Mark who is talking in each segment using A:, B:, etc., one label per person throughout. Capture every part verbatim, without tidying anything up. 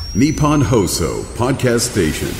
A: Nippon Hoso Podcast Station。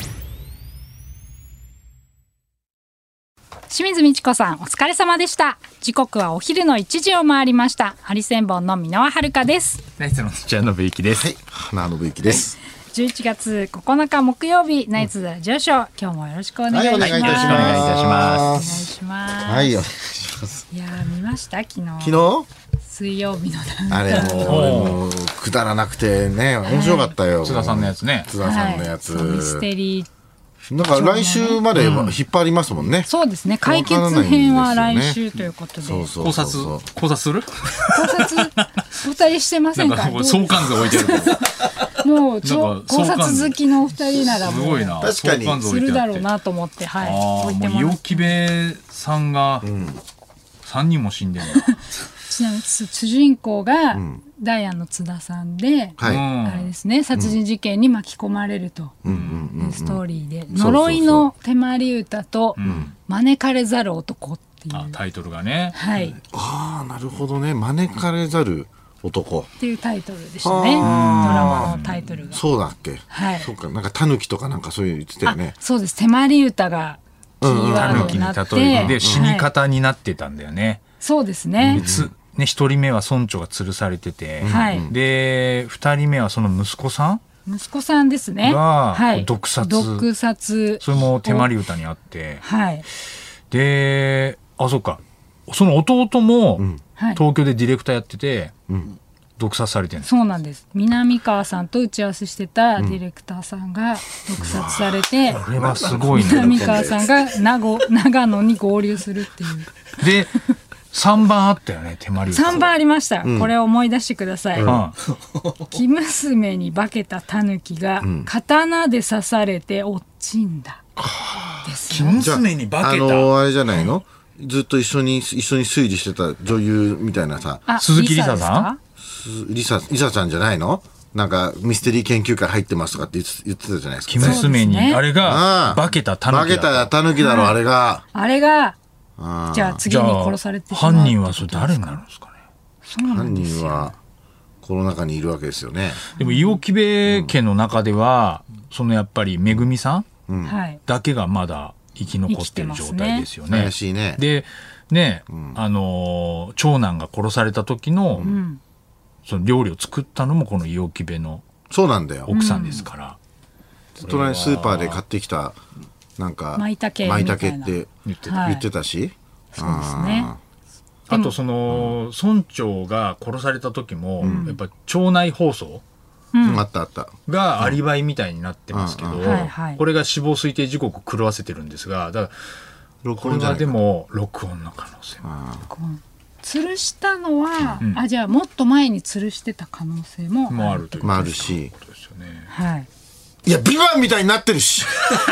B: 清水美智子さん、お疲れ様でした。時刻はお昼のいちじを回りました。ハリセンボンの箕輪遥です。
C: ナイツの土屋信之です。
D: はい、花信之です。
B: じゅういちがつここのか木曜日、ナイツラジオショー、今日もよろしくお願いします。
D: はい、お願いいたします。
C: お願いいたします。
B: お願いします。
D: はい、お願いします。
B: いやー、見ました昨日。
D: 昨日
B: 水曜日の
D: あれもう俺もくだらなくてね、面白かったよ。
C: 津田さんのやつね。
D: 津田さんのやつ。
B: はい、ミステリー。
D: なんか来週まで引っ張りますもんね。
B: そうですね。解決編は来週ということで。
D: そうそう
C: 考察考察する？
B: 考察お二人してませんか？
C: なんか相関図置いてるけ
B: ど。もう考察好きのお二人ならもう
D: 確かに
B: するだろうなと思って、はい。
C: ああ、もう伊予木部さんが三人も死んでる。
B: ちなみに主人公がダイアンの津田さんで、あれですね、殺人事件に巻き込まれるというストーリーで、呪いの手まり歌と招かれざる男っていう、
C: タイトルがね。
B: はい。
D: ああ、なるほどね。招かれざる男
B: っていうタイトルでしたね。ドラマのタイトルが。
D: そうだっけ。
B: はい。
D: そうか、なんかタヌキとかなんかそういう言ってたよね。
B: そうです。手まり歌がキーワードになって、
C: タヌキに例えてで死に方になってたんだよね。
B: そうですね。
C: ね、ひとりめは村長が吊るされてて、
B: はい、
C: でふたりめはその息子さん
B: 息子さんですね
C: が、
B: はい、
C: 毒殺
B: 毒殺
C: それも手まり歌にあって、
B: はい、
C: であそうかその弟も東京でディレクターやってて、うん、毒殺されてるんです。
B: そうなんです。南川さんと打ち合わせしてたディレクターさんが毒殺されて、
C: うん、これはすごいね。
B: 南川さんが長長野に合流するっていう
C: でさんばんあったよね、手まり歌。
B: さんばんありました、うん、これを思い出してください、うん、生娘に化けたタヌキが刀で刺されて落ちんだ、
C: うん、ですよ。生娘に化けた、
D: あのー、あれじゃないの、ずっと一緒に一緒に推理してた女優みたいなさ、
C: 鈴木梨沙さん
D: 梨沙梨沙ちゃんじゃないの、なんかミステリー研究会入ってますとかって言ってたじゃないですか。
C: 生娘に、ね、あれが化けたタヌキだ、
D: 化けたタヌキだろ、はい、あれが
B: あれがあじゃあ次に殺されてしまう。
C: 犯人はそれ誰になるんですかね。
B: そうなんですよ。
D: 犯人はこの中にいるわけですよね。
C: でも伊予木部家の中では、うん、そのやっぱりめぐみさん、うん、だけがまだ生き残ってる状態ですよね。
D: 怪しいね。
C: でね、うん、あの長男が殺された時の、うん、その料理を作ったのもこの伊予木部の奥さんですから。
D: うん、隣スーパーで買ってきたなんか
B: 舞茸
D: って言ってた、はい、言ってたし、
B: そうですね。
C: あとその、うん、村長が殺された時も、うん、やっぱ町内放送、
D: うん、あったあった
C: がアリバイみたいになってますけど、これが死亡推定時刻を狂わせてるんですが、だからこれはでも録音の可能性も
B: 吊るしたのは、うん、あじゃあもっと前に吊るしてた可能性も
C: あるという
D: もあるし、
B: はい。
D: いやビバンみたいになってるし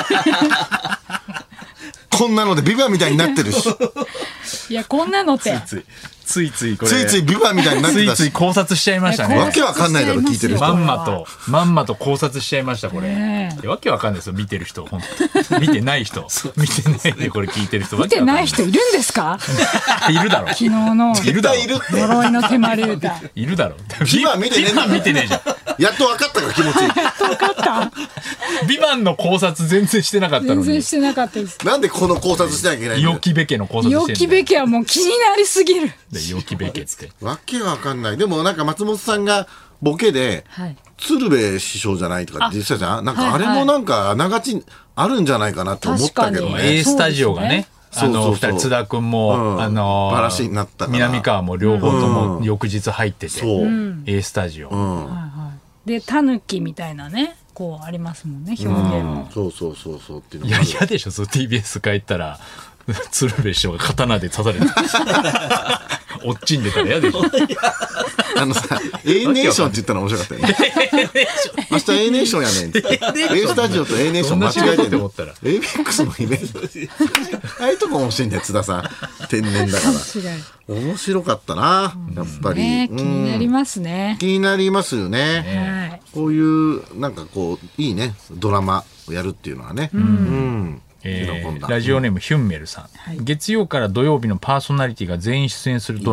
D: こんなのでビバンみたいになってるし
B: いやこんなのって
C: ついついついついこれ
D: ついついビバンみたいになってたし、
C: ついつい考察しちゃいましたね。
D: わけわかんないだろ聞いてる人。
C: まんまとまんまと考察しちゃいましたこれ、えー、わけわかんないですよ見てる人本当見てない人見てないでこれ聞いてる人
B: 見てない人いるんですか
C: いるだろ
B: 昨日の
C: いるだろ
B: 呪いの手まり歌
C: いるだろ
D: ビバン見てねえ
C: 見てねえじゃん
D: やっと分かったか気持ち。
B: やっと分かった。
C: ビバンの考察全然してなかったのに。
B: 全然してなかったです。
D: なんでこの考察しなきゃいけないの。
C: 伊予木部家の考察してんの。
B: 伊予木部家はもう気になりすぎる。
C: 伊予木部家って
D: わけわかんない。でもなんか松本さんがボケで、はい、鶴瓶師匠じゃないとかって言ってたじゃん。なんかあれもなんかあながちあるんじゃないかなと思ったけどね。
C: A スタジオがね。あのふたり津田君も、
D: うん、
C: あの
D: バラシになったから
C: 南川も両方とも翌日入ってて、うん、A スタジオ、うん
B: はいはい、でタヌキみたいなねこうありますもんね表現も、
D: うん、そうそうそうそうっていうの
C: いや嫌でしょそう ティービーエス 帰ったら鶴瓶師匠が刀で刺されておっちんでたら嫌でしょ
D: あのさ A ネーションって言ったら面白かったよね明日 A ネーションやねんって A スタジオと A ネーション間違えてるの エービーエックス のイメージああいうとこ面白いんだよ津田さん天然だから面白かったなやっぱり、
B: ね、気になりますね
D: 気になりますよね、
B: ね
D: こういうなんかこういいねドラマをやるっていうのはね、うんうん
C: えー、ラジオネームヒュンメルさん、はい、月曜から土曜日のパーソナリティが全員出演するドラマ、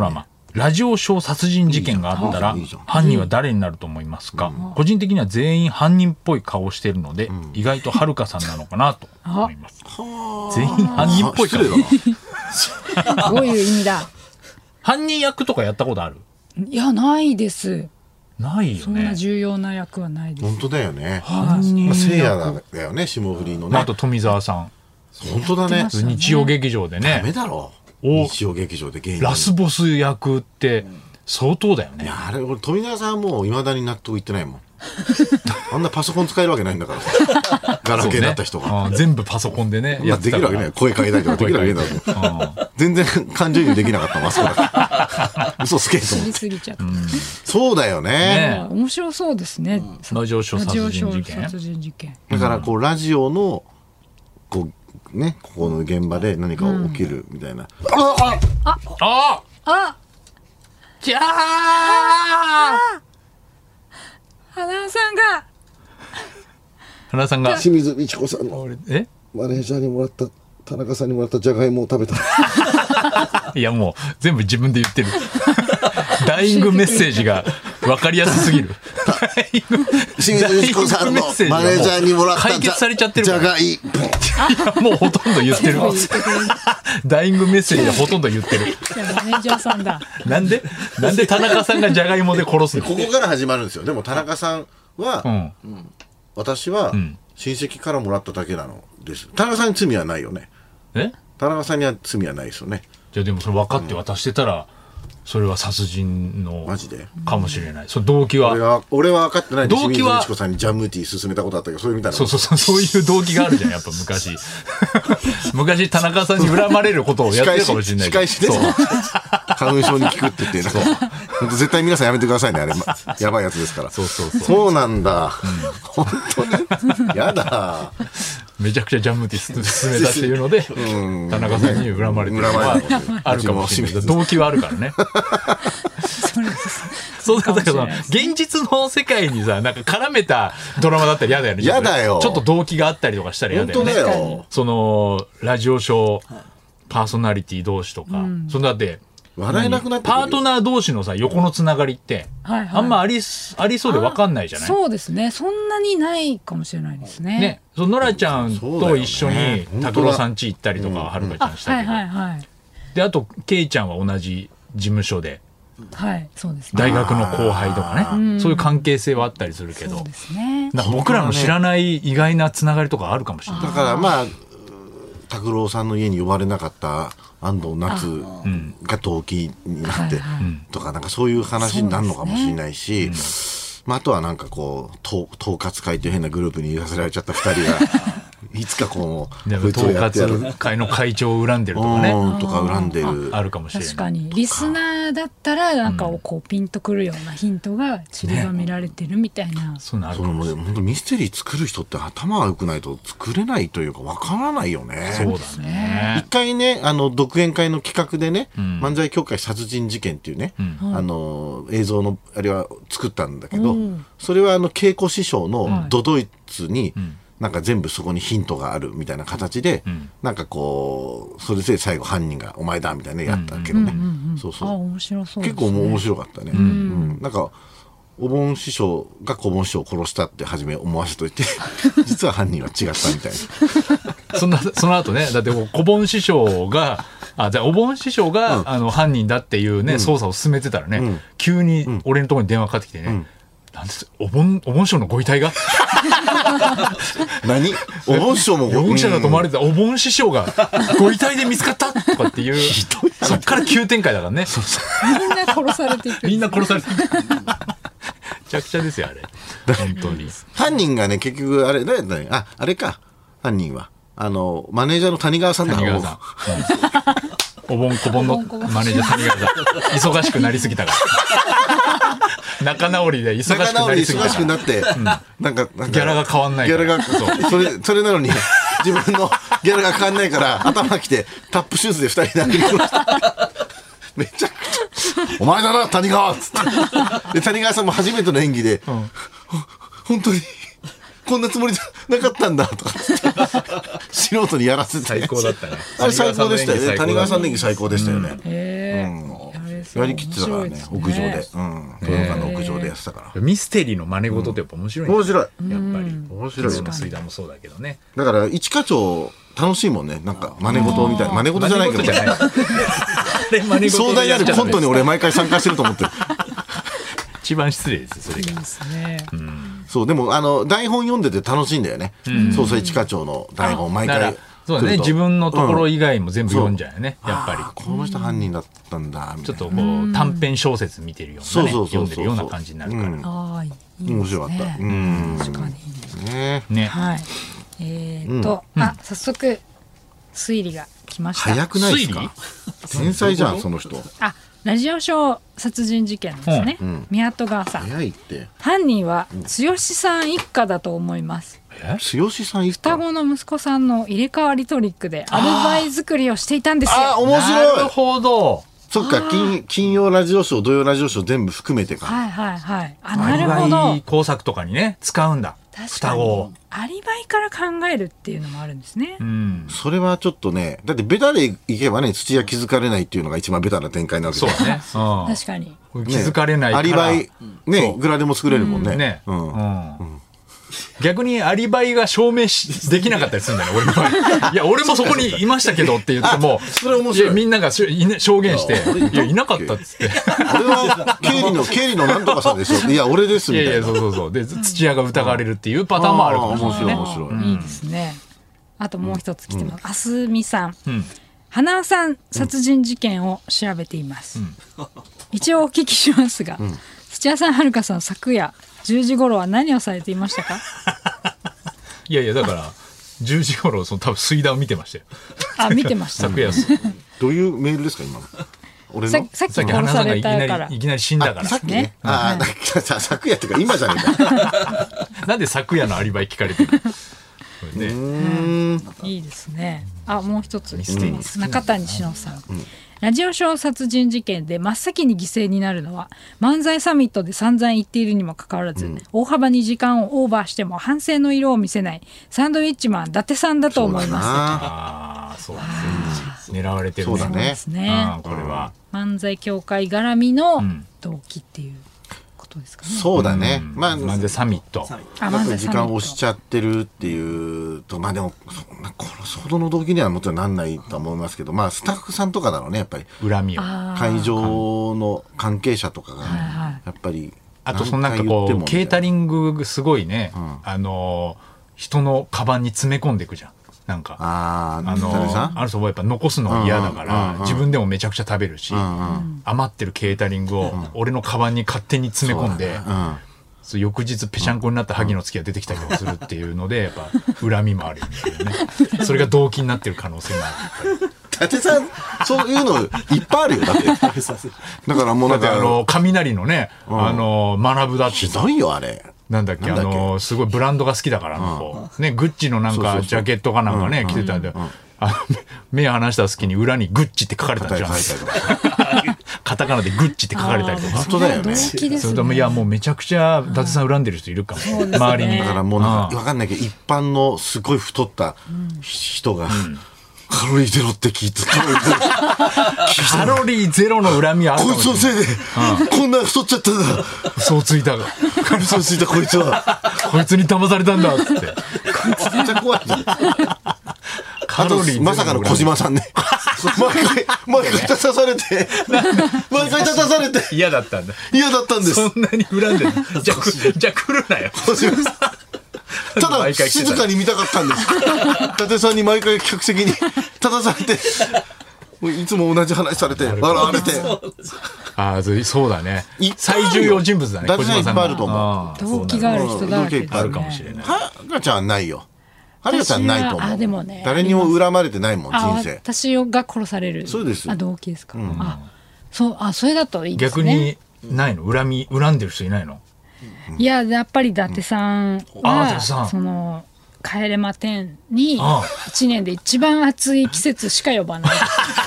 C: ラジオショー殺人事件があったら
D: いいじゃん
C: 犯人は誰になると思いますか？個人的には全員犯人っぽい顔をしているので、意外とはるかさんなのかなと思います。全員犯人っぽい顔。
B: どういう意味だ。
C: 犯人役とかやったことある？
B: いやないです。
C: ないよね。
B: そんな重要な役はないです。
D: 本当だよね。
C: 犯人役
D: せいやだよね、霜降りのね。
C: あと富澤さん。
D: 本当だね。
C: 日曜劇場でね。
D: ダメだろ。日曜劇場で芸人。
C: ラスボス役って相当だよね。
D: いやあれ俺富澤さんはもういまだに納得いってないもん。あんなパソコン使えるわけないんだからさ。ガラケーだった人が、
C: ね、全部パソコンでね
D: やってたから。できるわけない。声変えたりとかできるわけないだろ。全然感情移入できなかったもん、あそこだけ。嘘つけと思って。
B: すぎちゃった。
D: そうだよね。
B: ね面白そうですね。
C: ラジオショー殺人事件。
B: 殺人事件。
D: だからこうラジオのこうねここの現場で何か起きるみたいな。
B: うん、ああああ
C: じゃあ。
B: 花さんが
C: 花さんが
D: 清水美智子さんの
C: え
D: マネージャーにもらった田中さんにもらったじゃがいもを食べた。
C: いやもう全部自分で言ってる。ダイイングメッセージが分かりやすすぎる。
D: 清水美智子さんのマネージャーにもらった
C: 解決されちゃってる
D: じゃがい
C: もうほとんど言ってる。ダイイングメッセージでほとんど言ってる。
B: マネージャーさんだ。
C: なんでなんで田中さんがじゃがいもで殺すの？
D: ここから始まるんですよ。でも田中さんは、うんうん、私は親戚からもらっただけなのです。田中さんに罪はないよね。
C: え？
D: 田中さんには罪はないですよね。
C: じゃあでもそれ分かって渡してたら、うん、それは殺人の
D: マジで
C: かもしれない。その動機は
D: 俺は俺は分かってない。
C: 動機は清水
D: 美智子さんにジャムティー勧めたことあったけど、そういうみたいな。
C: そうそうそうそういう動機があるじゃん。やっぱ昔昔田中さんに恨まれることをやってるかもしれない。
D: 仕返しで花粉症に効くって言ってなんか本当絶対皆さんやめてくださいねあれ、ま、やばいやつですから。
C: そうそうそう。
D: そうなんだ。うん、本当にやだ。
C: めちゃくちゃジャムティー進めたっていうので、うん、田中さんに恨まれてるのはあるかもしれない。動機はあるからね。そうだけど現実の世界にさなんか絡めたドラマだったら嫌だよね。
D: 嫌だよ。
C: ちょっと動機があったりとかしたら嫌だよね。
D: 本当だよ。
C: そのラジオショーパーソナリティ同士とか、うん、そのだって
D: 笑えなくなってくる。
C: パートナー同士のさ横のつながりって、はいはい、あんまありありそうで分かんないじゃない。
B: そうですね。そんなにないかもしれないですね。ね、
C: そのノラちゃんと一緒に拓郎さん家行ったりとかはるかちゃんしたけど、
B: はいはいはい、で
C: あとケイちゃんは同じ事務所で、
B: はいそうですね、
C: 大学の後輩とかね、そういう関係性はあったりするけど、そうですね、なんか僕らの知らない意外なつながりとかあるかもしれない。
D: だからまあ拓郎さんの家に呼ばれなかった安藤夏が動機になってとかなんかそういう話になるのかもしれないし、まあ、あとはなんかこう統括会という変なグループに言わせられちゃったふたりがいつかこう
C: 統括会の会長を恨んでるとかね
D: とか恨んでる
C: あ, あるかもしれない。
B: 確かにリスナーだったらなんかこうピンとくるようなヒントが散りばめられてるみたいな、
C: ね、そんなある
D: かもしれない。本当ミステリー作る人って頭が良くないと作れないというかわからないよね。
C: そうだね。
D: 一回ねあの独演会の企画でね、うん、漫才協会殺人事件っていうね、うん、あの映像のあれは作ったんだけど、うん、それはあの稽古師匠のドドイツに、うん、なんか全部そこにヒントがあるみたいな形で、うん、なんかこうそれで最後犯人がお前だみたいなのやったけどね、そうそう、
B: あ面白そうですね。
D: 結構面白かったね、うんうん、なんかお盆師匠が小盆師匠を殺したって初め思わせといて実は犯人は違ったみたい
C: なそんなその後ねだって小盆師匠があじゃあお盆師匠が、うん、あの犯人だっていうね、うん、捜査を進めてたらね、うん、急に俺のところに電話かかってきてね、うん、なんですお盆お盆師匠のご遺体が
D: 何お盆師匠も
C: 容疑者だと思われてたお盆師匠がご遺体で見つかったとかっていうそっから急展開だからね。そうそう
B: みんな殺されていく
C: みんな殺されていくめちゃくちゃですよあれ本当に。
D: 犯人がね結局あれ誰だねああれか犯人はあのマネージャーの谷川さんだ。
C: 谷川さん、うん、お盆小盆のマネージャー谷川さん忙しくなりすぎたから仲直りで忙しくなりすぎたから忙しくなって、うん、なんかなんかギャラが変わんないからギャラが
D: そうそれそれなのに自分のギャラが変わんないから頭きてタップシューズでふたり殴り殺しためちゃくちゃお前だな谷川っつってで谷川さんも初めての演技で、うん、本当にこんなつもりじゃなかったんだとか素人にやらせて
C: 最高だったね。
D: あれ最高でしたよね。谷川さんの演技最高でしたよね。
B: へえ、
D: やりきってたからね、屋上で、うん、豊川の屋上でやってたから。
C: ミステリーの真似事ってやっぱ面白い、
D: 面白い、やっ
C: ぱり
D: 面白い。
C: の水田もそうだけどね。
D: だから一課長楽しいもんね、なんか真似事みたいな、真似事じゃないけど壮大なるコントに俺毎回参加してると思ってる。
C: 一番失礼ですそれが。
B: いいですね。
D: そうでもあの台本読んでて楽しいんだよね、捜査一課長の台本毎回。
C: そうだね、自分のところ以外も全部読んじゃうよね、やっぱり
D: この人犯人だったんだみたいな、
C: ちょっとこう短編小説見てるようなね、読んでるような感じになるから、
B: ああいいですね。
D: 面白かった。うん
B: 確かに
D: ね。
C: ね、
B: はい。えーっとあ早速推理が来ました。
D: 早くないですか。天才じゃんその人。
B: あラジオショー殺人事件ですね、宮戸川さん。
D: 早いって。
B: 犯人は剛さん一家だと思います。
D: 剛さん一家。
B: 双子の息子さんの入れ替わりトリックでアルバイ作りをしていたんですよ。
D: あ面白い。
C: なるほど。
D: そっか、金金曜ラジオショー土曜ラジオショー全部含めてか。
B: はいはいはい。あなるほど。
C: アリバイ工作とかにね使うんだ。双子。
B: アリバイから考えるっていうのもあるんですね。
C: うん。
D: それはちょっとね、だってベタでいけばね、土屋気づかれないっていうのが一番ベタな展開なわけ
C: そうね。
B: 確かに。
C: 気づかれないから。
D: アリバイね、いくらでも作れるもんね。
C: ね。うん。逆にアリバイが証明しできなかったりするんだよ、俺の場合。いや、俺もそこにいましたけどって言っても、
D: それ面白い。
C: いやみんなが証言して、いや、いなかったっつって。
D: 俺は経理の、経理のなんとかさんでしょ。いや、俺ですみたいな。
C: いやいや、そうそうそう。で、土屋が疑われるっていうパターンもあるかもしれない。
D: 面白い、面白い。
B: いいですね。あともう一つ来てます。あすみさん。花輪さん殺人事件を調べています。一応お聞きしますが、土屋さん、はるかさん、昨夜じゅうじ頃は何をされていましたか？
C: いやいや、だからじゅうじ頃その多分水田を見てましたよ。
B: あ、見てました。
C: 昨夜。
D: どういうメールですか今の？俺の
B: ささっき殺されたから。
C: いきなり死んだから。
D: さっきね。ああ、昨夜っていうか今じゃねえか。
C: なんで昨夜のアリバイ聞かれてる？
B: いいですね。あ、もう一つ中谷志乃さん。ラジオショー殺人事件で真っ先に犠牲になるのは漫才サミットで散々言っているにもかかわらず、うん、大幅に時間をオーバーしても反省の色を見せないサンドウィッチマン伊達さんだと思います。
C: ああ、そうですね。狙われてるね。
D: そうだね。
B: そうですね。
C: これは
B: 漫才協会絡みの動機っていうことですかね。
D: そうだね。まあ
C: 漫才サミット。
D: 時間を押しちゃってるっていうと、まあでもそんな殺すほどの動機にはもちろんなんないと思いますけど、まあスタッフさんとかだろうね、やっぱり
C: 恨みを
D: 会場の関係者とかがやっぱり、
C: あとそのなんかこうケータリングすごいね、あの人のカバンに詰め込んでいくじゃん。なんか
D: あ
C: あのある人はやっぱ残すの嫌だから自分でもめちゃくちゃ食べるし、余ってるケータリングを俺のカバンに勝手に詰め込んで、翌日ぺしゃんこになった萩の月が出てきたりとかするっていうのでやっぱ恨みもあるよね。それが動機になってる可能性もある。
D: 伊達さんそういうのいっぱいあるよ。だってだからもうなんか
C: あの雷のね、あの学ぶだって
D: ひどいよあれ。
C: なんだっけ、あのすごいブランドが好きだから、ね、グッチのなんかジャケットかなんかね着てたんで、目離した隙に裏にグッチって書かれたじゃん。カタカナでグッチって書かれたりとか。
D: 本当だよね。
C: それともいやもうめちゃくちゃ伊達さん恨んでる人いるかも、周りに。
D: だからもうなんか分かんないけど一般のすごい太った人がカロリーゼロって聞いて
C: カロリーゼロの恨みはあるかもしれない。
D: こいつのせいでこんな太っちゃったんだ。
C: 嘘をついたが
D: 嘘をついたこいつは
C: こいつに騙されたんだっつって。
D: めっちゃ怖いじゃん。カロリーまさかの小島さんね。毎回毎回立たされて毎回立たされて
C: 嫌だったんだ。
D: 嫌だったんです。
C: そんなに恨んでる。じゃじゃ来るなよ。
D: ただ静かに見たかったんです。伊達さんに毎回客席に立たされていつも同じ話されて笑われて。
C: ああそうだね。最重要人物だね。
D: 伊達さんいっぱいあると思
B: う。動機がある人だらけ
C: あるかもしれない。
D: はるかちゃんはないよ。はるかちゃんないと思う。
B: あでもね、
D: 誰にも恨まれてないもん人生。
B: 私が殺される。
D: そうです。
B: あ動機ですか。あそうあそれだといいです
C: ね。逆にないの恨み恨んでる人いないの？
B: いややっぱり伊達さんはその帰れま10にいちねんで一番暑い季節しか呼ばない。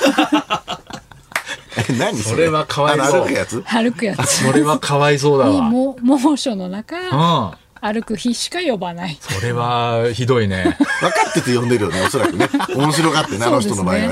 D: え何
C: それはかわいそう。
D: 歩くやつ？
B: 歩くやつ。
C: それはかわいそうだわ。
B: も猛暑の中歩く日しか呼ばない。
C: それはひどいね。
D: 分かってて呼んでるよねおそらくね。面白がってねあの人の場合はね。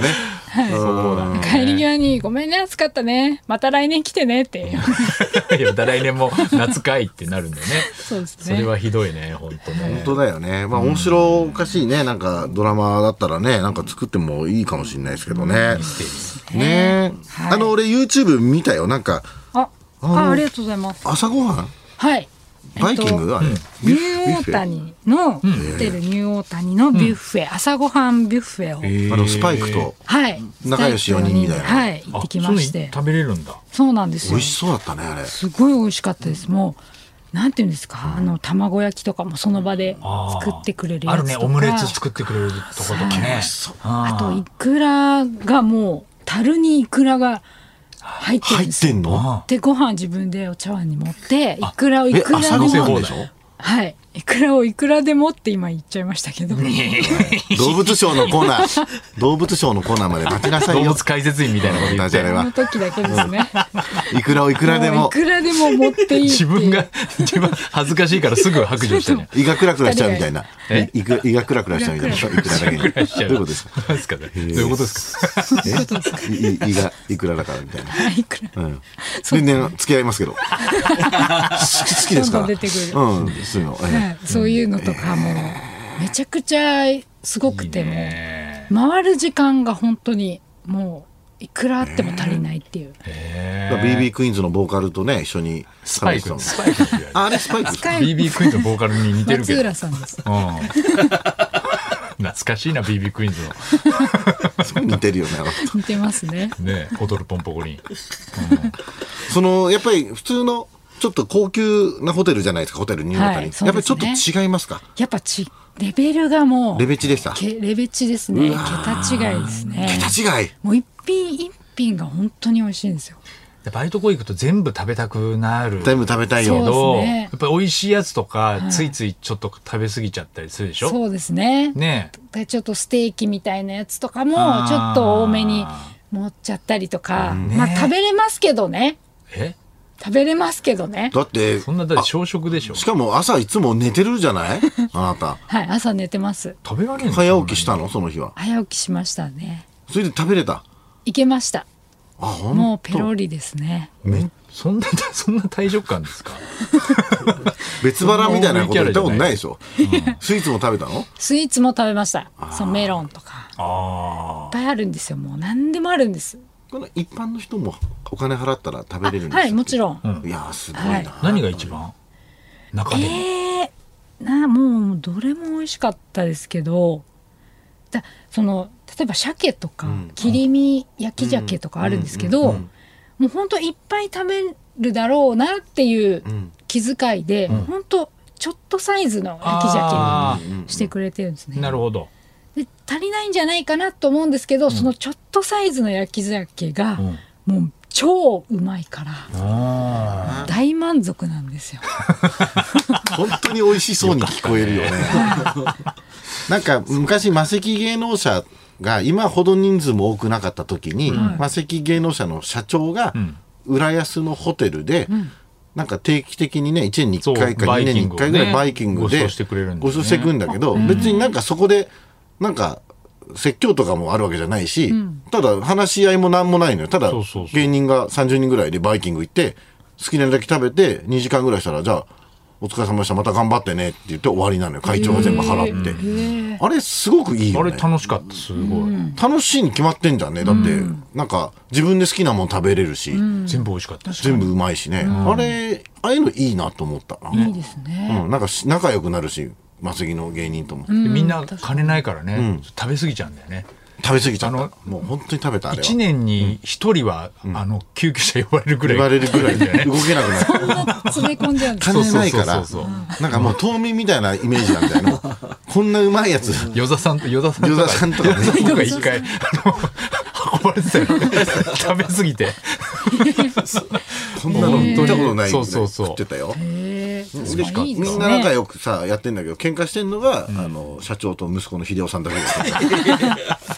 C: そうだね。
B: 帰り際に「ごめんね暑かったねまた来年来てね」って
C: いやまた来年も夏かいってなるんだよね。
B: そうですね。
C: それはひどいね本当ね。
D: 本当だよね。まあ面白おかしいね、なんかドラマだったらね、なんか作ってもいいかもしれないですけどね。ね、あの俺 YouTube 見たよ。なんか
B: ああありがとうございます。
D: 朝ごはん
B: はい
D: バイキング、あれ
B: ニューオータニのホテルニューオータニのビュッフェ、朝ごはんビュッフェを、
D: あのスパイクと
B: はい
D: 仲良しよにんみたいな、
B: はい行ってきまして。
C: 食べれるんだ。
B: そうなんですよ。
D: 美味しそうだったねあれ。
B: すごい美味しかったです。もうなんていうんですか、あの卵焼きとかもその場で作ってくれるやつとか、
C: あるね、オムレツ作ってくれるとことかね。
B: あとイクラがもう樽にイクラが入ってるんですよ。
D: 入ってんの？
B: でご飯自分でお茶碗に盛ってイクラをいくらで
D: 朝ごはん
B: も
D: でしょ？
B: はいいくらをいくらでもって今言っちゃいましたけど
D: 動物ショーのコーナー動物ショーのコーナーまで待ちなさいよ。
C: 動物解説員みたいなこと言って
D: あれは
B: この時だけですね。
D: いくらをいくらでも
B: もういくらでも持っていいっていう
C: 自分が自分恥ずかしいからすぐ白状したね。
D: 胃がクラクラしちゃうみたいな。
C: え
D: いく胃がクラクラしちゃうみたいな。いくらだけに。どういうことですか？
C: 何ですかね。どういうことですか。
D: えい胃がいくらだからみたいな。
B: いくら
D: うん。全然付き合いますけど。好き好きですから。
B: どんどん出てくる
D: うん、そういうの。え
B: はいそういうのとかもめちゃくちゃすごくても回る時間が本当にもういくらあっても足りないっていう。
D: え。ビービー クイーンズのボーカルとね一緒に
C: スパイク
D: 食べて
C: スパイクって言われる。
D: た。あれスパイク。
B: スパイク
C: ビービー クイーンズのボーカルに似てる
B: 松
C: けど。
B: 浦さんです。
C: うん懐かしいな ビービー クイーンズの
D: すごい似てるよね。
B: 似てますね。
C: ね踊るポンポコリン。
D: そのやっぱり普通のちょっと高級なホテルじゃないですか、ホテルニューオータニ、
B: はいそう
D: やっぱり
B: ですね
D: ちょっと違いますか？
B: やっぱちレベルがもう
D: レベチでした。
B: けレベチですね。桁違いですね。
D: 桁違い。
B: もう一品一品が本当に美味しいんですよ。
C: バイト行くと全部食べたくなる
D: 全部食べたいよ。
B: そうです
C: ど、
B: ね
C: やっぱり美味しいやつとか、ついついちょっと食べ過ぎちゃったりするでしょ。
B: そうですね。
C: ね
B: でちょっとステーキみたいなやつとかも
C: あー
B: ちょっと多めに盛っちゃったりとか、まあ食べれますけどね。
C: え
B: 食べれますけどね。
D: だって
C: そんなだって小食でしょ。
D: しかも朝いつも寝てるじゃないあなた。
B: はい朝寝てます。
C: 食べられるの？
D: 早起きしたのその日は。
B: 早起きしましたね。
D: それで食べれた。
B: いけました。
D: あ、ほん
B: もうペロリですね。
C: めそんなそんな大食感ですか。
D: 別腹みたいなこと言ったことないでしょ。スイーツも食べたの？
B: スイーツも食べました。そのメロンとか
C: あ
B: いっぱいあるんですよ。もう何でもあるんです。
D: この一般の人もお金払ったら食べれるんですか？
B: はいもちろん。
C: ん
D: いやーすごい
B: はい
D: な。
C: 何が一番中でも、
B: えー、なもうどれも美味しかったですけどだその例えば鮭とか、切り身焼き鮭とかあるんですけど、もうほんといっぱい食べるだろうなっていう気遣いで、ほんとちょっとサイズの焼き
C: あ
B: 鮭にしてくれてるんですね。
C: なるほど。
B: で足りないんじゃないかなと思うんですけど、そのちょっとサイズの焼き鮭が、もう超うまいから
C: あ
B: 大満足なんですよ。
D: 本当に美味しそうに聞こえるよね。なんか昔魔石芸能者が今ほど人数も多くなかった時に、魔石芸能者の社長が浦安のホテルで、なんか定期的にねいちねんにいっかいかにねんにいっかいぐらいバイキングで
C: ご馳走してくれるんですね
D: ご馳走してくんだけど、別になんかそこでなんか説教とかもあるわけじゃないし、ただ話し合いもなんもないのよ。ただ
C: そうそうそう
D: 芸人がさんじゅうにんぐらいでバイキング行って好きなだけ食べてにじかんぐらいしたら、じゃあお疲れ様でしたまた頑張ってねって言って終わりなのよ。会長が全部払って、あれすごくいい
C: あれ
D: よね。
C: 楽しかったすごい、
D: 楽しいに決まってんじゃんね。だってなんか自分で好きなもの食べれるし、
C: 全部美味しかったし
D: 全部うまいしね、あれああいうのいいなと思ったな。
B: いいですね。
D: うん、なんかし仲良くなるしマセキの芸人とも、
C: でみんな金ないからね、食べ過ぎちゃうんだよね。
D: 食べ過ぎちゃった。
C: あの
D: もう本当に食べたあれは。
C: いちねんにひとりは、あの救急車呼ばれるぐらい
D: 言われるぐらい動けなくなる。
B: そんな詰め込んじゃうんです。
D: 金ないから
C: そうそうそう
D: なんかもう冬眠みたいなイメージなんだよね。こんなうまいやつ
C: 与座さんと与座さんと
D: 与
C: か
D: 座さんとかね
C: 与座さんとか一回あの運ばれてたよね食べ過ぎて
D: こんなの見たことない
C: そうそうそう
D: 食ってたよ。
B: へー
D: 嬉しかった。
B: いいですね
D: みんな仲良くさやってんだけど喧嘩してんのが、あの社長と息子の秀夫さんだけです。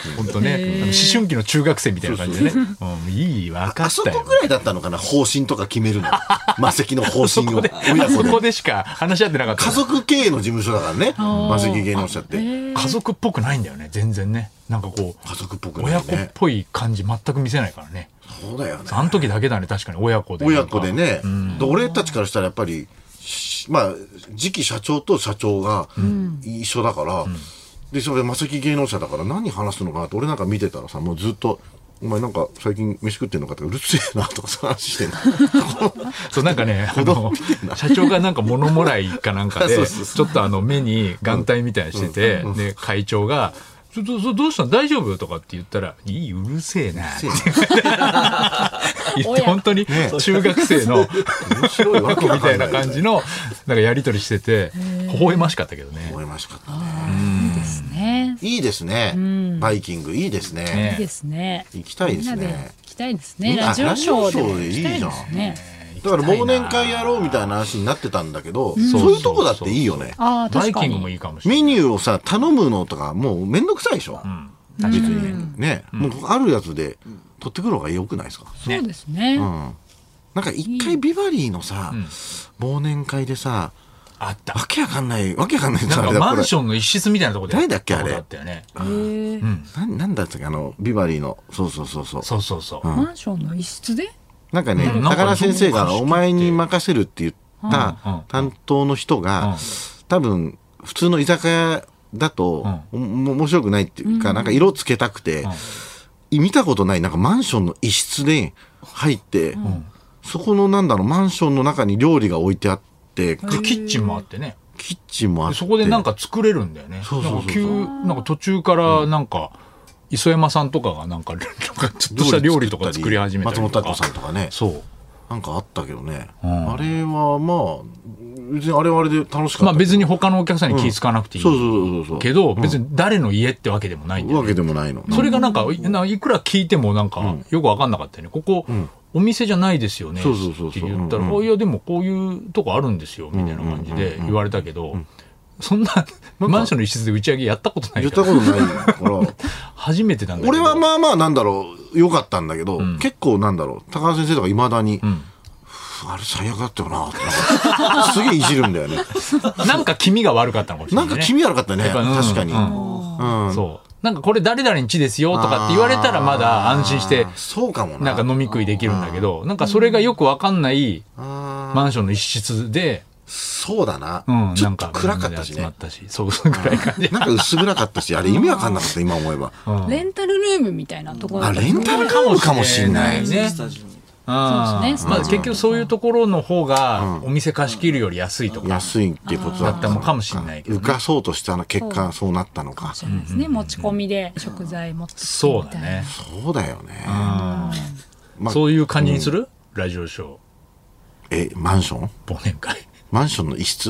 C: 本当ね、思春期の中学生みたいな感じでね。うん、いい、分かったよ。
D: あそこぐらいだったのかな、方針とか決めるの。マセキの方針を。
C: 親子で。そこでしか話し合ってなかった。
D: 家族経営の事務所だからね、マセキ芸能者って。
C: 家族っぽくないんだよね、全然ね。なんかこう、
D: 家族っぽくない
C: ね。親子っぽい感じ全く見せないからね。
D: そうだよね。
C: あの時だけだね、確かに親子で。
D: 親子でね。うん、で俺たちからしたらやっぱり、まあ、次期社長と社長が一緒だから、うん、で、それマセキ芸能者だから何話すのかなって俺なんか見てたらさ、もうずっと、お前なんか最近飯食ってんのかとかうるせえなとかそう話してんの。
C: そうなんかね、あの社長がなんか物もらいかなんかでちょっとあの目に眼帯みたいにしてて、うんうん、で会長が「ど, ど, どうしたの大丈夫?」とかって言ったら「いいうるせえな」って言って本当に中学生の親子みたいな感じのなんかやり取りしてて微笑ましかったけどね。
D: 微笑ましかったね。
B: いいですね。
D: いいですね。バイキングいいですね。
B: いいですね。
D: 行きたいですね。
B: 行きたいですね。ラジオショーで
D: いいじゃん。だから忘年会やろうみたいな話になってたんだけど、そういうとこだっていいよね。
B: バ
C: イキングもいいかもしれない。
D: メニューをさ頼むのとかもうめんどくさいでしょ。別にね、もうあるやつで取ってくる方が良くないですか。
B: そうですね。
D: なんか一回ビバリーのさ忘年会でさ。
C: あった。
D: わけわかんない、わけわかんない。
C: なんかマンションの一室みたいなところで。
D: 誰だっけあれ。
C: だったよね。
D: なんだったっけあのビバリーの。そうそうそうそう。
C: そうそうそう。
B: マンションの一室で？
D: なんかね、高田先生がお前に任せるって言った担当の人が、多分普通の居酒屋だと面白くないっていうか、なんか色つけたくて、見たことないなんかマンションの一室で入って、そこのなんだろうマンションの中に料理が置いてあって。で
C: キッチンもあってね。
D: キッチンもあって
C: そこでなんか作れるんだよね。そうそうそうそう。なんか途中からなんか、うん、磯山さんとかがなんかちょっとした料理とか作り始めたりとか。
D: 松本明子さんとかね。
C: そう。
D: なんかあったけどね。うん、あれはまあ別にあれはあれで楽しかった。
C: まあ別に他のお客さんに気ぃつかなくていい。
D: そうそうそうそう。
C: けど別に誰の家ってわけでもないんだよね。
D: わけでもないの。
C: それがなんかいくら聞いてもなんかよくわかんなかったよね。ここ。うんお店じゃないですよねって言ったら、いやでもこういうとこあるんですよみたいな感じで言われたけど、そんなマンションの一室で打ち上げやったことないから。
D: やったことないから
C: 初めてなんだけど。
D: 俺はまあまあなんだろう良かったんだけど、結構なんだろう高田先生とかいまだに、あれ最悪だったよなってすげえいじるんだよね。
C: なんか気味が悪かったのかもしれない。
D: なんか気味悪かったね確かに。
C: そう。なんかこれ誰々ん家ですよとかって言われたらまだ安心して
D: そうかも
C: なんか飲み食いできるんだけど、なんかそれがよくわかんないマンションの一室で
D: そうだな、ちょっと暗かったしね。
C: そうぐらい感じ。
D: なんか薄暗かったしあれ意味わかんなかった今思えば。
B: レンタルルームみたいなところ。
D: あレンタルかもしれないね。
C: そうですね。まあ結局そういうところの方がお店貸し切るより安いとか
D: 安いっていうことだ
C: ったのかもしれないけど、
D: 浮かそうとしたの結果そうなったのか。
B: そうですね。持ち込みで食材持ってきて
C: そうだね。
D: そうだよね。
C: そういう感じにするラジオショー。
D: えマンション？
C: 忘年会。マ
D: ンションの一室？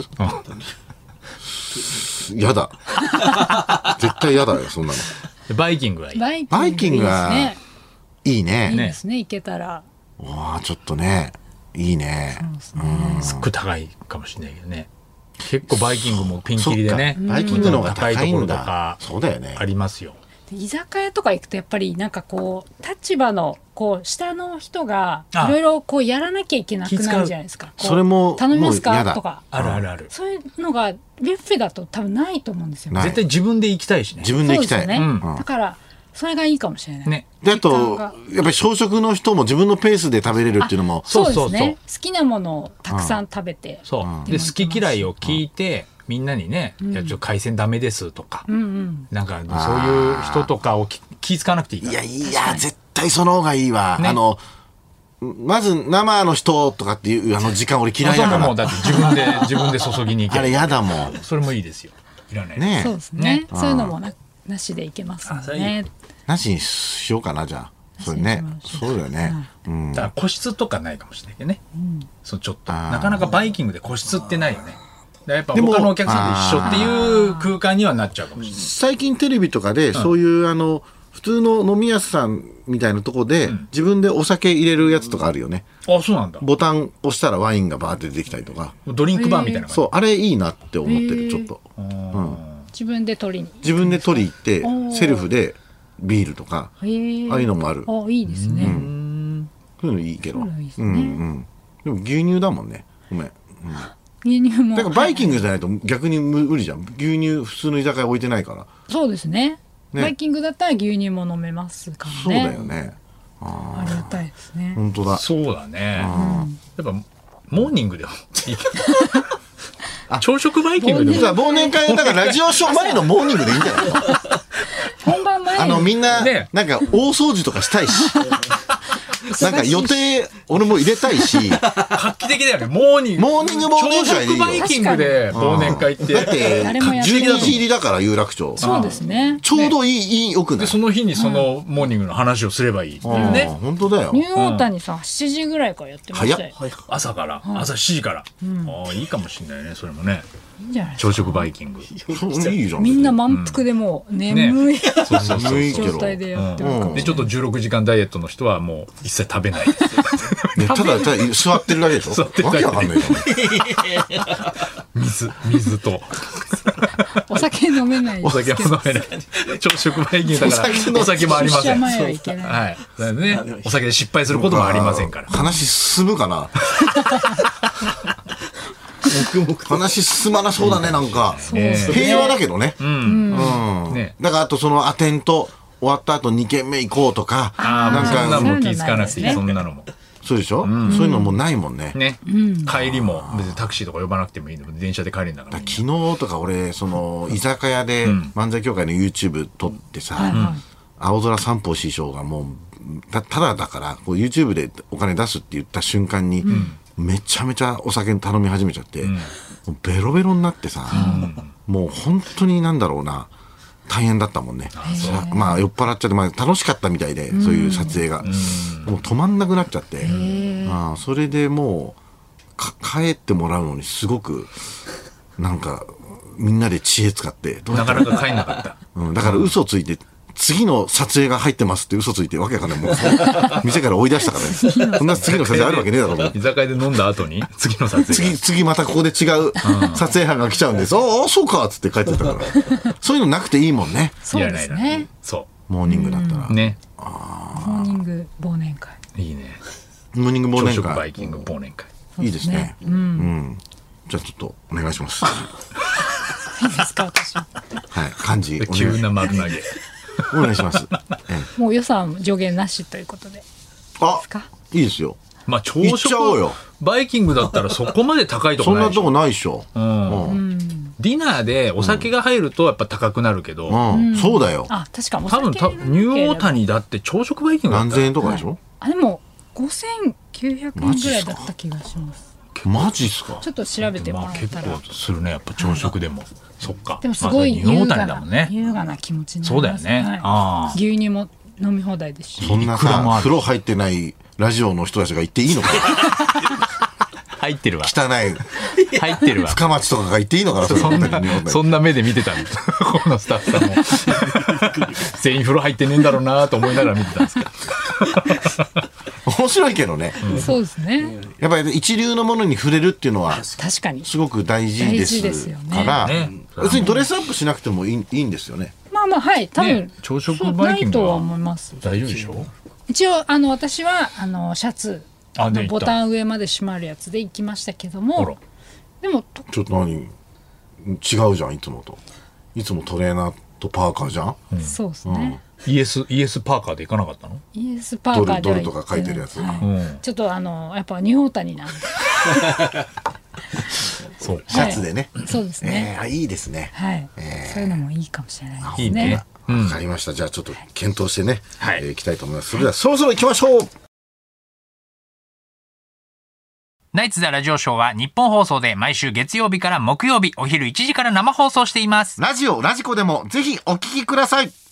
D: やだ。絶対やだよそんなの。
C: バイキングはいい。
B: バイキング
D: はいいね。
B: いいですね行けたら。
D: わあちょっとねいいね。
C: すっごい高いかもしれないけどね。結構バイキングもピンキリでね。
D: バイキングの方が
C: 高いところとか
D: そうだよね。
C: ありますよ。
B: 居酒屋とか行くとやっぱりなんかこう立場のこう下の人がいろいろこうやらなきゃいけなくなるじゃないですか。
D: それも
B: 頼みますかとか
C: あるあるある。
B: そういうのがビュッフェだと多分ないと思うんですよ。
C: 絶対自分で行きたいしね。
D: 自分で行きたい。
B: だからそれがいいかもしれない。
C: ね。
D: であとやっぱり小食の人も自分のペースで食べれるっていうのも
B: そうですね。好きなものをたくさん食べて。
C: そう。で好き嫌いを聞いて。みんなにね、いやちょっと海鮮ダメですとか、なんかそういう人とかを気ぃつかなくていいから。
D: いやいや絶対その方がいいわ。あのまず生の人とかっていうあの時間俺嫌いだから。
C: もうだって自分で自分で注ぎに行ける。
D: あれやだもん。
C: それもいいですよ。いらない。
B: ね。そうですね。そういうのもななしでいけますもんね。
D: なしにしようかなじゃあ。それね。そうだよね。
C: だから個室とかないかもしれないけどね。そうちょっとなかなかバイキングで個室ってないよね。やっぱ他のお客さんと一緒っていう空間にはなっちゃうかもしれない。
D: 最近テレビとかでそういうあの普通の飲み屋さんみたいなとこで自分でお酒入れるやつとかあるよね。
C: あ、そうなんだ。
D: ボタン押したらワインがバーって出てきたりとか。
C: ドリンクバーみたいな感じ。
D: そうあれいいなって思ってるちょっと。
B: 自分で取りに。
D: 自分で取り行ってセルフでビールとか、
B: へー
D: ああいうのもある。
B: あ、いいですね。
D: そういうのいいけど。
B: そういうのいいですね
D: うんうん。でも牛乳だもんね。ごめん。
B: 牛乳も。
D: だからバイキングじゃないと逆に無理じゃん。牛乳普通の居酒屋置いてないから。
B: そうですね。
D: ね
B: バイキングだったら牛乳も飲めますからね。
D: そうだよね。
B: ありがたいですね。
D: 本当だ。
C: そうだね。やっぱモーニングでもいいけど朝食バイキングでも
D: じゃあ忘年会だからラジオショー前のモーニングでいいんじゃないの？
B: 本番前に
D: あのみんな
C: ね
D: なんか大掃除とかしたいし。なんか予定俺も入れたいし。
C: 画期的だよね。モーニング
D: モーニング忘年会でいいよ
C: 朝食バイキングで忘年会って
D: だって
B: 誰もやって
D: じゅう
B: ない
D: ににち入りだから有楽町。
B: そうですね。
D: ちょうどいいいいよくない？
C: でその日にそのモーニングの話をすればいいっていう
D: あ
C: ね。
D: ー本当だよ。
B: ニューオータニさんしちじぐらいからやってましたよ。
C: 朝から朝しちじから。ああいいかもしれないねそれもね。
B: いいんじゃないですか。
C: 朝食バイキング。
D: そういいじゃん。
B: みんな満腹でもう眠い、
C: そうそうそう
D: 寒いけど
B: 状態でやってるかもしれない。
C: でちょっとじゅうろくじかんダイエットの人はもう一切食べない。
D: ねただただ座ってるだけでしょ。
C: 座ってるだけで
D: わけわかんないじゃん。
C: 水水と
B: お酒飲めない
C: お酒も飲めない。朝食バイキングだからお酒もありません。
B: 出社前はいけない。
C: はい。だからねお酒で失敗することもありませんから。
D: 話進むかな。話進まなそうだねなんか。
C: えー
D: 平和だけどね。うん。
C: ね
D: だからあとそのアテント終わった後に軒目行こうとか。
C: ああもうそんな
D: なんか
C: もん気ぃつかなくていいそんなのも。
D: そうでしょ。そういうのもないもんね。
C: ね、帰りも別にタクシーとか呼ばなくてもいいので電車で帰れるんだから。
D: 昨日とか俺その居酒屋で漫才協会の YouTube 撮ってさ、青空散歩師匠がもうたただだからこう YouTube でお金出すって言った瞬間に、めちゃめちゃお酒頼み始めちゃって、もうベロベロになってさ、もう本当になんだろうな大変だったもんね。まあ酔っ払っちゃって、まあ、楽しかったみたいで、そういう撮影が、もう止まんなくなっちゃって、ああそれでもうか帰ってもらうのにすごくなんかみんなで知恵使ってどうや
C: な
D: った
C: からなか帰んなかった。
D: うん、だから嘘ついて次の撮影が入ってますって嘘ついてわけわかんないもう店から追い出したからね。そんな次の撮影あるわけねえだろう。
C: 居酒屋で飲んだ後に次の撮影が
D: 次次またここで違う撮影班が来ちゃうんです。ああそうかっつって帰ってたからそういうのなくていいもんね。
B: そうですね。
C: そ
D: モーニングだったら、
C: うね
B: モーニング忘年会。
C: いいね。
D: モーニング忘
C: 朝食バ
D: 年会
C: イキング忘年会。
D: いいですね。うん、じゃあちょっとお願いします。
B: いいですか私は。
D: はい漢字お願い
C: 急な丸投げ。
D: お願いします。ええ
B: もう予算上限なしということで。
D: あ
B: すか
D: いいですよ。
C: まあ朝
D: 行っちゃおうよ
C: 食バイキングだったらそこまで高いと
D: そんなとこ
C: こないでしょ。
D: ないっしょ。
C: うんディナーでお酒が入るとやっぱ高くなるけど、
D: うん、そうだよ。
B: あ、確かお
C: 多分た
B: 酒
C: ニューオータニだって朝食バイキングだったら
D: 何千円とかでしょ。
B: あ、でもごせんきゅうひゃくえんぐらいだった気がします。
D: マジっすか。
B: ちょっと調べても
C: まあ結
B: らえたら。
C: 構するねやっぱ朝食でも。そっか。
B: でもすごい
C: まあニューオータ
B: 優雅な
C: ニだもんね。
B: 優雅な気持ちになり
C: そうだよ
B: ます。
C: ね。
B: はい
C: ああ。
B: 牛乳も飲み放題ですし。
D: そんないさ
C: くらもある
D: 風呂入ってないラジオの人たちが言っていいのか。
C: 入ってるわ。
D: 汚い
C: 入ってるわ。
D: 深町とかが言っていいのかな。そ
C: そんな
D: な
C: そんな目で見てたんですこのスタッフさんも全員風呂入ってねえんだろうなと思いながら見てたんですけど
D: 面白いけどね。
B: そうですね。
D: やっぱり一流のものに触れるっていうのは
B: 確かに。
D: すごく大事で
B: 大事ですよね
D: すから、
C: ね
D: 別にドレスアップしなくてもいいいいんですよね。
B: まあまあはい、多分、
C: ね朝食
B: そう
C: バイキングは
B: ないとは思います。
C: 大丈夫でしょ。
B: 一応あの私はあのシャツ
C: あで
B: のボタン上まで閉まるやつで行きましたけど
C: ほら
B: も、でもと
D: ちょっと何違うじゃんいつもと。いつもトレーナーとパーカーじゃん。
B: そうですね。
C: イエスイエスパーカーで行かなかったの。
B: イエスパーカーでは
D: ドルドルとか書いてるやつ
B: はい
C: うん
B: ちょっとあのやっぱニューオータニなんで、
C: そう
D: シャツでね。
B: そうですね。
D: えー、いいですね。
B: はい、そういうのもいいかもしれないですね。
C: いいね。
D: わかりました。じゃあちょっと検討してね、
C: はい
D: えー、いきたいと思います。それではそろそろ行きましょう。
E: ナイツザラジオショーは日本放送で毎週月曜日から木曜日お昼いちじから生放送しています。
D: ラジオラジコでもぜひお聞きください。